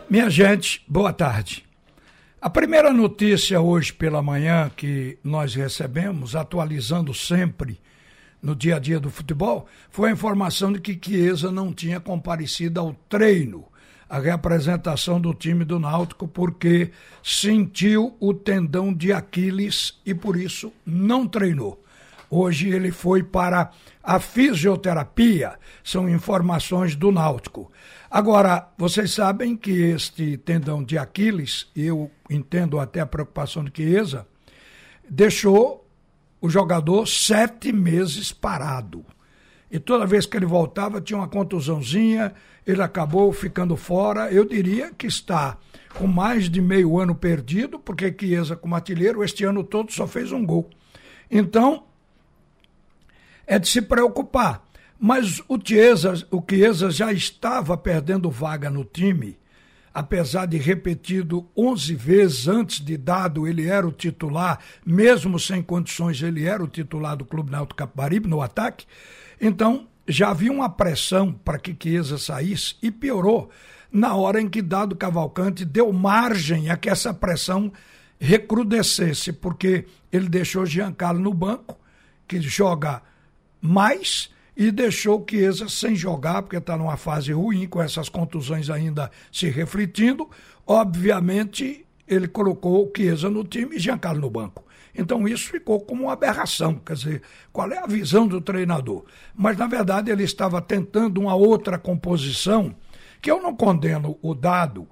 Minha gente, boa tarde. A primeira notícia hoje pela manhã que nós recebemos, atualizando sempre no dia a dia do futebol, foi a informação de que Chiesa não tinha comparecido ao treino, a representação do time do Náutico, porque sentiu o tendão de Aquiles e por isso não treinou. Hoje ele foi para a fisioterapia, são informações do Náutico. Agora, vocês sabem que este tendão de Aquiles, eu entendo até a preocupação de Chiesa, deixou o jogador 7 meses parado. E toda vez que ele voltava tinha uma contusãozinha, ele acabou ficando fora. Eu diria que está com mais de meio ano perdido, porque Chiesa, como artilheiro, este ano todo só fez um gol. Então, é de se preocupar. Mas o Chiesa já estava perdendo vaga no time, apesar de repetido 11 vezes antes de dado, ele era o titular, mesmo sem condições, ele era o titular do Clube Náutico Capibaribe no ataque. Então, já havia uma pressão para que Chiesa saísse e piorou na hora em que Dado Cavalcante deu margem a que essa pressão recrudescesse, porque ele deixou Giancarlo no banco, que joga mais, e deixou Chiesa sem jogar, porque está numa fase ruim, com essas contusões ainda se refletindo. Obviamente, ele colocou Chiesa no time e Giancarlo no banco. Então isso ficou como uma aberração, quer dizer, qual é a visão do treinador? Mas na verdade ele estava tentando uma outra composição, que eu não condeno o Dado,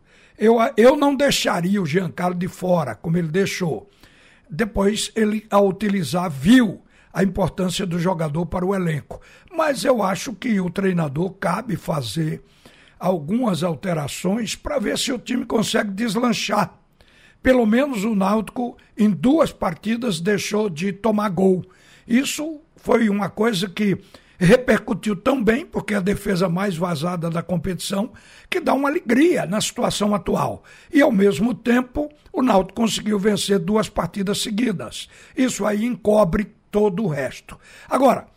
eu não deixaria o Giancarlo de fora, como ele deixou. Depois ele, ao utilizar, viu a importância do jogador para o elenco. Mas eu acho que o treinador cabe fazer algumas alterações para ver se o time consegue deslanchar. Pelo menos o Náutico, em 2 partidas, deixou de tomar gol. Isso foi uma coisa que repercutiu tão bem, porque é a defesa mais vazada da competição, que dá uma alegria na situação atual. E, ao mesmo tempo, o Náutico conseguiu vencer 2 partidas seguidas. Isso aí encobre todo o resto. Agora,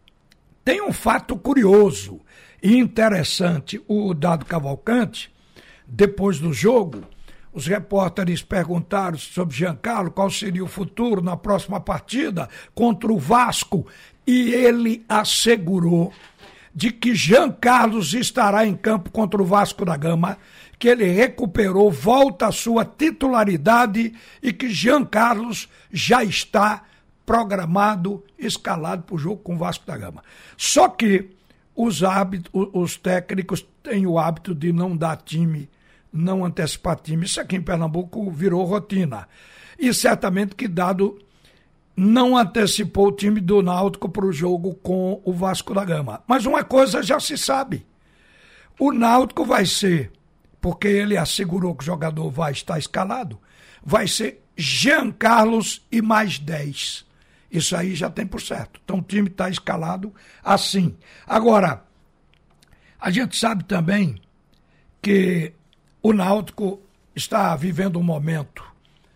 tem um fato curioso e interessante. O Dado Cavalcante, depois do jogo, os repórteres perguntaram sobre Giancarlo, qual seria o futuro na próxima partida contra o Vasco, e ele assegurou de que Giancarlo estará em campo contra o Vasco da Gama, que ele recuperou, volta à sua titularidade e que Giancarlo já está programado, escalado para o jogo com o Vasco da Gama. Só que os técnicos têm o hábito de não dar time, não antecipar time. Isso aqui em Pernambuco virou rotina. E certamente que Dado não antecipou o time do Náutico para o jogo com o Vasco da Gama. Mas uma coisa já se sabe. O Náutico vai ser, porque ele assegurou que o jogador vai estar escalado, vai ser Giancarlo e mais 10. Isso aí já tem por certo. Então o time está escalado assim. Agora, a gente sabe também que o Náutico está vivendo um momento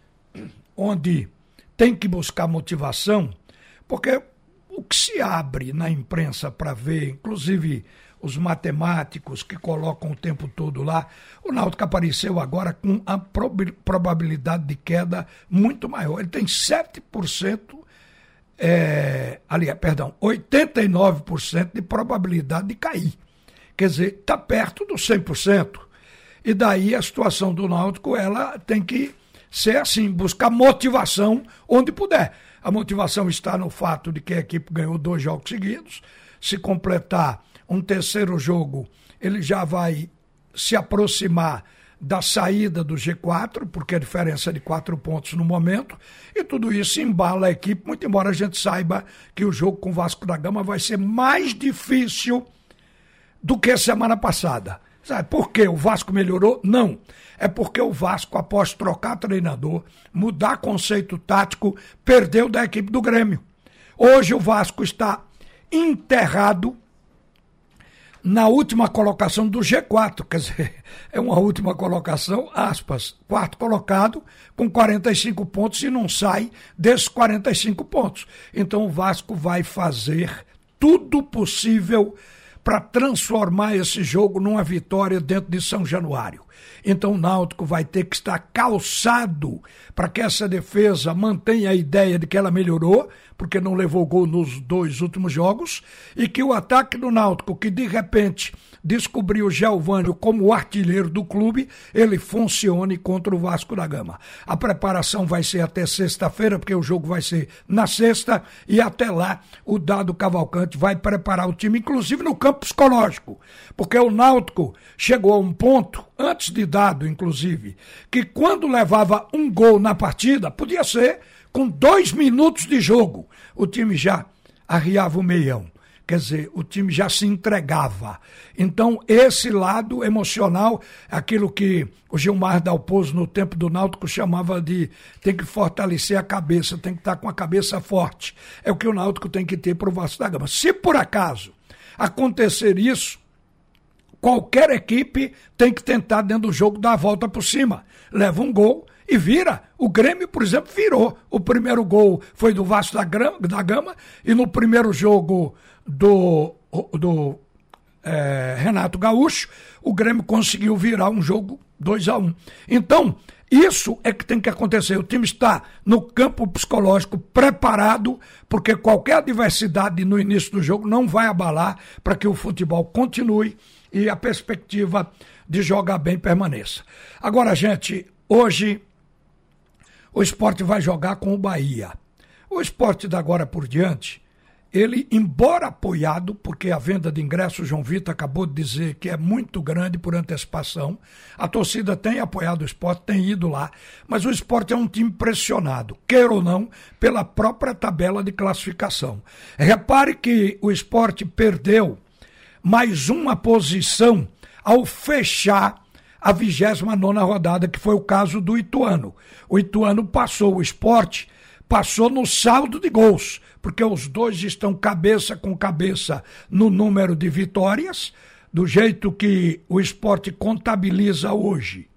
onde tem que buscar motivação, porque o que se abre na imprensa para ver, inclusive os matemáticos que colocam o tempo todo lá, o Náutico apareceu agora com a probabilidade de queda muito maior. Ele tem 7%, 89% de probabilidade de cair. Quer dizer, está perto dos 100%. E daí a situação do Náutico, ela tem que ser assim, buscar motivação onde puder. A motivação está no fato de que a equipe ganhou 2 jogos seguidos. Se completar um terceiro jogo, ele já vai se aproximar da saída do G4, porque a diferença é de 4 pontos no momento, e tudo isso embala a equipe, muito embora a gente saiba que o jogo com o Vasco da Gama vai ser mais difícil do que a semana passada. Sabe por que o Vasco melhorou? Não. É porque o Vasco, após trocar treinador, mudar conceito tático, perdeu da equipe do Grêmio. Hoje o Vasco está enterrado na última colocação do G4, quer dizer, é uma última colocação, aspas, 4º colocado, com 45 pontos e não sai desses 45 pontos. Então o Vasco vai fazer tudo possível para transformar esse jogo numa vitória dentro de São Januário. Então o Náutico vai ter que estar calçado para que essa defesa mantenha a ideia de que ela melhorou, porque não levou gol nos 2 últimos jogos, e que o ataque do Náutico, que de repente descobriu o Gelvânio como o artilheiro do clube, ele funcione contra o Vasco da Gama. A preparação vai ser até sexta-feira, porque o jogo vai ser na sexta, e até lá o Dado Cavalcante vai preparar o time, inclusive no campo psicológico, porque o Náutico chegou a um ponto, antes de Dado inclusive, que quando levava um gol na partida, podia ser com 2 minutos de jogo, o time já arriava o meião. Quer dizer, o time já se entregava. Então, esse lado emocional, aquilo que o Gilmar Dalpozo, no tempo do Náutico, chamava de tem que fortalecer a cabeça, tem que estar com a cabeça forte. É o que o Náutico tem que ter para o Vasco da Gama. Se por acaso acontecer isso, qualquer equipe tem que tentar dentro do jogo dar a volta por cima. Leva um gol e vira. O Grêmio, por exemplo, virou. O primeiro gol foi do Vasco da Gama e no primeiro jogo do Renato Gaúcho, o Grêmio conseguiu virar um jogo 2-1. Então, isso é que tem que acontecer. O time está no campo psicológico preparado, porque qualquer adversidade no início do jogo não vai abalar para que o futebol continue e a perspectiva de jogar bem permaneça. Agora, gente, hoje o Sport vai jogar com o Bahia. O Sport da agora por diante, ele, embora apoiado, porque a venda de ingressos, João Vitor acabou de dizer que é muito grande por antecipação, a torcida tem apoiado o Sport, tem ido lá, mas o Sport é um time pressionado, queira ou não, pela própria tabela de classificação. Repare que o Sport perdeu mais uma posição ao fechar a 29ª rodada, que foi o caso do Ituano. O Ituano passou, o Sport passou no saldo de gols, porque os dois estão cabeça com cabeça no número de vitórias, do jeito que o Sport contabiliza hoje.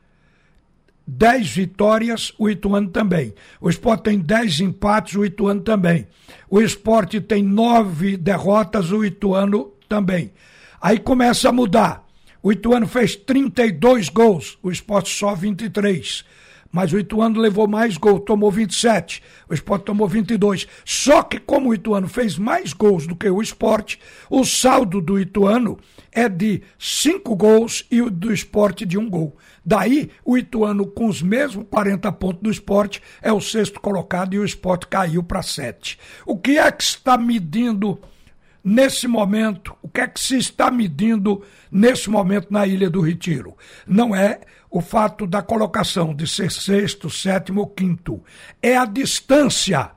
10 vitórias, o Ituano também. O Sport tem 10 empates, o Ituano também. O Sport tem 9 derrotas, o Ituano também. Aí começa a mudar. O Ituano fez 32 gols, o Sport só 23. Mas o Ituano levou mais gols, tomou 27. O Sport tomou 22. Só que como o Ituano fez mais gols do que o Sport, o saldo do Ituano é de 5 gols e o do Sport de 1 gol. Daí, o Ituano, com os mesmos 40 pontos do Sport, é o 6º colocado e o Sport caiu para 7. O que é que está medindo nesse momento? O que é que se está medindo nesse momento na Ilha do Retiro? Não é o fato da colocação de ser 6º, 7º ou 5º. É a distância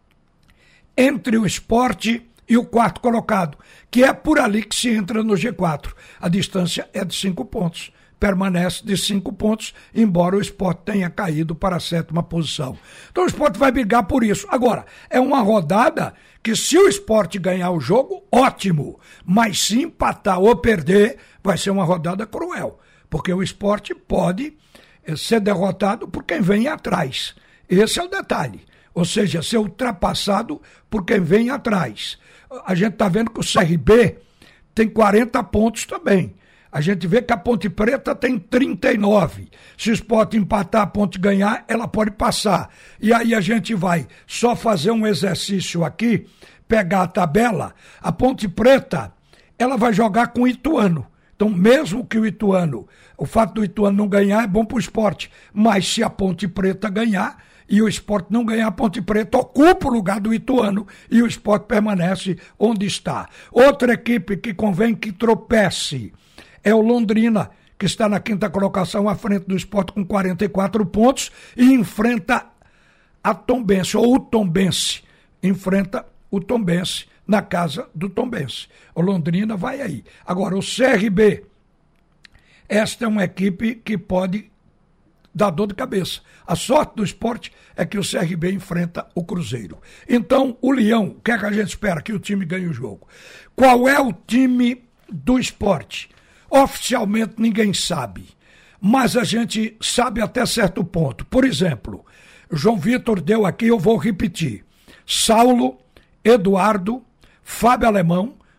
entre o Sport e o 4º colocado, que é por ali que se entra no G4. A distância é de 5 pontos. Permanece de 5 pontos, embora o Sport tenha caído para a 7ª posição. Então o Sport vai brigar por isso. Agora, é uma rodada que se o Sport ganhar o jogo, ótimo. Mas se empatar ou perder, vai ser uma rodada cruel. Porque o Sport pode ser derrotado por quem vem atrás. Esse é o detalhe. Ou seja, ser ultrapassado por quem vem atrás. A gente está vendo que o CRB tem 40 pontos também. A gente vê que a Ponte Preta tem 39. Se o Sport empatar, a Ponte ganhar, ela pode passar. E aí a gente vai só fazer um exercício aqui, pegar a tabela. A Ponte Preta, ela vai jogar com o Ituano. Então, mesmo que o Ituano, o fato do Ituano não ganhar é bom para o Sport. Mas se a Ponte Preta ganhar e o Sport não ganhar, a Ponte Preta ocupa o lugar do Ituano e o Sport permanece onde está. Outra equipe que convém que tropece é o Londrina, que está na 5ª colocação à frente do Sport com 44 pontos e enfrenta a Tombense, ou o Tombense. Enfrenta o Tombense na casa do Tombense. O Londrina vai aí. Agora, o CRB, esta é uma equipe que pode dar dor de cabeça. A sorte do Sport é que o CRB enfrenta o Cruzeiro. Então, o Leão, o que é que a gente espera? Que o time ganhe o jogo. Qual é o time do Sport? Oficialmente ninguém sabe, mas a gente sabe até certo ponto. Por exemplo, o João Vitor deu aqui, eu vou repetir. Saulo, Eduardo, Fábio Alemão,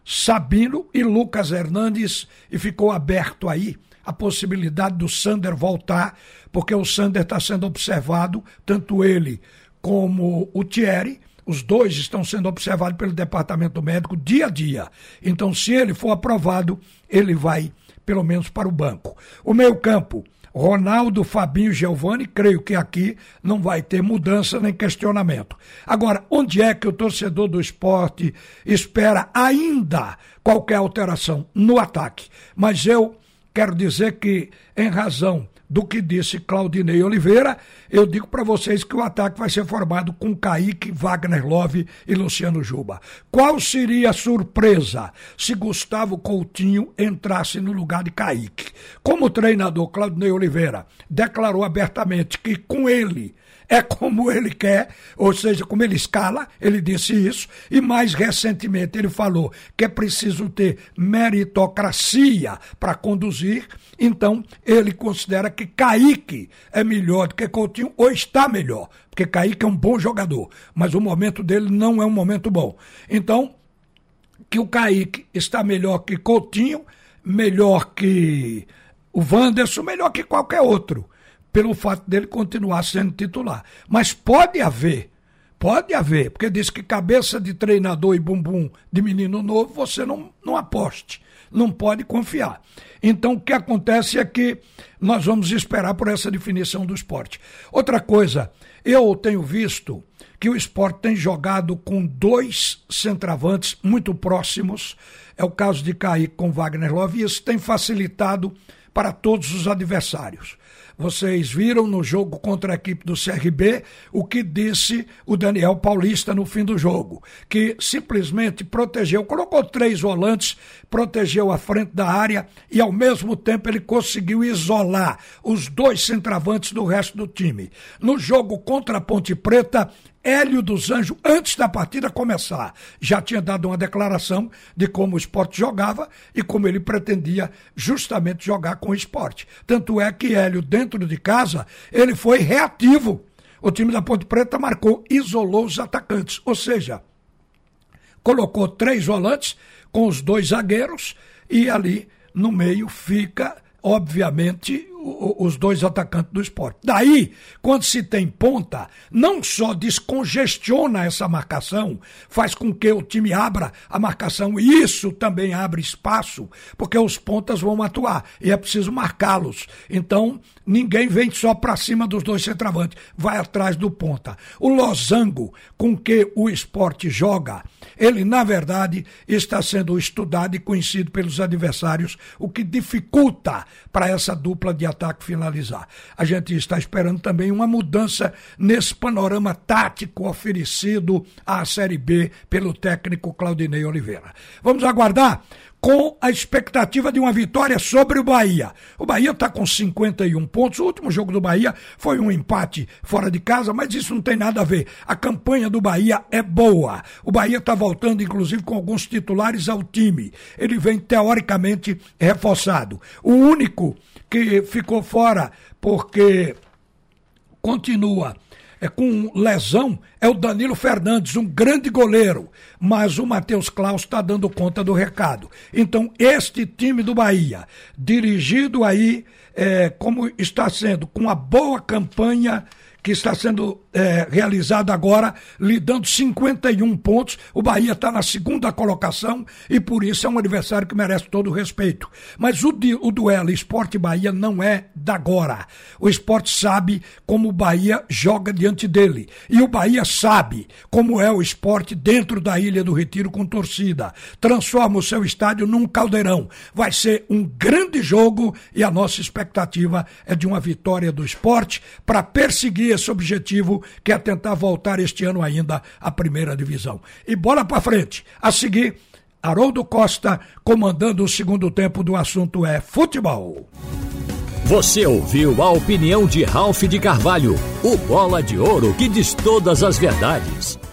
Sabino e Lucas Hernandes, e ficou aberto aí a possibilidade do Sander voltar, porque o Sander está sendo observado, tanto ele como o Thierry, os dois estão sendo observados pelo departamento médico dia a dia. Então, se ele for aprovado, ele vai pelo menos para o banco. O meio-campo, Ronaldo, Fabinho e Giovani, creio que aqui não vai ter mudança nem questionamento. Agora, onde é que o torcedor do Sport espera ainda qualquer alteração? No ataque. Mas eu quero dizer que, em razão do que disse Claudinei Oliveira, eu digo para vocês que o ataque vai ser formado com Kaique, Wagner Love e Luciano Juba. Qual seria a surpresa se Gustavo Coutinho entrasse no lugar de Kaique? Como o treinador Claudinei Oliveira declarou abertamente que com ele é como ele quer, ou seja, como ele escala, ele disse isso, e mais recentemente ele falou que é preciso ter meritocracia para conduzir, então ele considera que Kaique é melhor do que Coutinho, ou está melhor, porque Kaique é um bom jogador, mas o momento dele não é um momento bom. Então, que o Kaique está melhor que Coutinho, melhor que o Wanderson, melhor que qualquer outro, pelo fato dele continuar sendo titular. Mas pode haver, porque diz que cabeça de treinador e bumbum de menino novo, você não aposte, não pode confiar. Então o que acontece é que nós vamos esperar por essa definição do Sport. Outra coisa, eu tenho visto que o Sport tem jogado com 2 centroavantes muito próximos, é o caso de Kaique com Wagner Love, e isso tem facilitado para todos os adversários. Vocês viram no jogo contra a equipe do CRB o que disse o Daniel Paulista no fim do jogo, que simplesmente protegeu, colocou 3 volantes, protegeu a frente da área e ao mesmo tempo ele conseguiu isolar os 2 centroavantes do resto do time. No jogo contra a Ponte Preta, Hélio dos Anjos, antes da partida começar, já tinha dado uma declaração de como o Sport jogava e como ele pretendia justamente jogar com o Sport. Tanto é que Hélio, dentro de casa, ele foi reativo. O time da Ponte Preta marcou, isolou os atacantes, ou seja, colocou 3 volantes com os 2 zagueiros e ali no meio fica, obviamente, os 2 atacantes do Sport. Daí, quando se tem ponta, não só descongestiona essa marcação, faz com que o time abra a marcação, e isso também abre espaço, porque os pontas vão atuar, e é preciso marcá-los. Então, ninguém vem só para cima dos 2 centroavantes, vai atrás do ponta. O losango com que o Sport joga, ele, na verdade, está sendo estudado e conhecido pelos adversários, o que dificulta para essa dupla de ataque finalizar. A gente está esperando também uma mudança nesse panorama tático oferecido à Série B pelo técnico Claudinei Oliveira. Vamos aguardar com a expectativa de uma vitória sobre o Bahia. O Bahia está com 51 pontos, o último jogo do Bahia foi um empate fora de casa, mas isso não tem nada a ver. A campanha do Bahia é boa. O Bahia está voltando, inclusive, com alguns titulares ao time. Ele vem, teoricamente, reforçado. O único que ficou fora porque continua com lesão é o Danilo Fernandes, um grande goleiro, mas o Matheus Claus está dando conta do recado. Então, este time do Bahia, dirigido aí, como está sendo, com uma boa campanha que está sendo realizada agora, lhe dando 51 pontos. O Bahia está na 2ª colocação e por isso é um adversário que merece todo o respeito. Mas o duelo Sport Bahia não é da agora. O Sport sabe como o Bahia joga diante dele. E o Bahia sabe como é o Sport dentro da Ilha do Retiro com torcida. Transforma o seu estádio num caldeirão. Vai ser um grande jogo e a nossa expectativa é de uma vitória do Sport para perseguir esse objetivo, que é tentar voltar este ano ainda à 1ª divisão. E bola para frente. A seguir, Haroldo Costa comandando o 2º tempo do assunto é futebol. Você ouviu a opinião de Ralph de Carvalho, o bola de ouro que diz todas as verdades.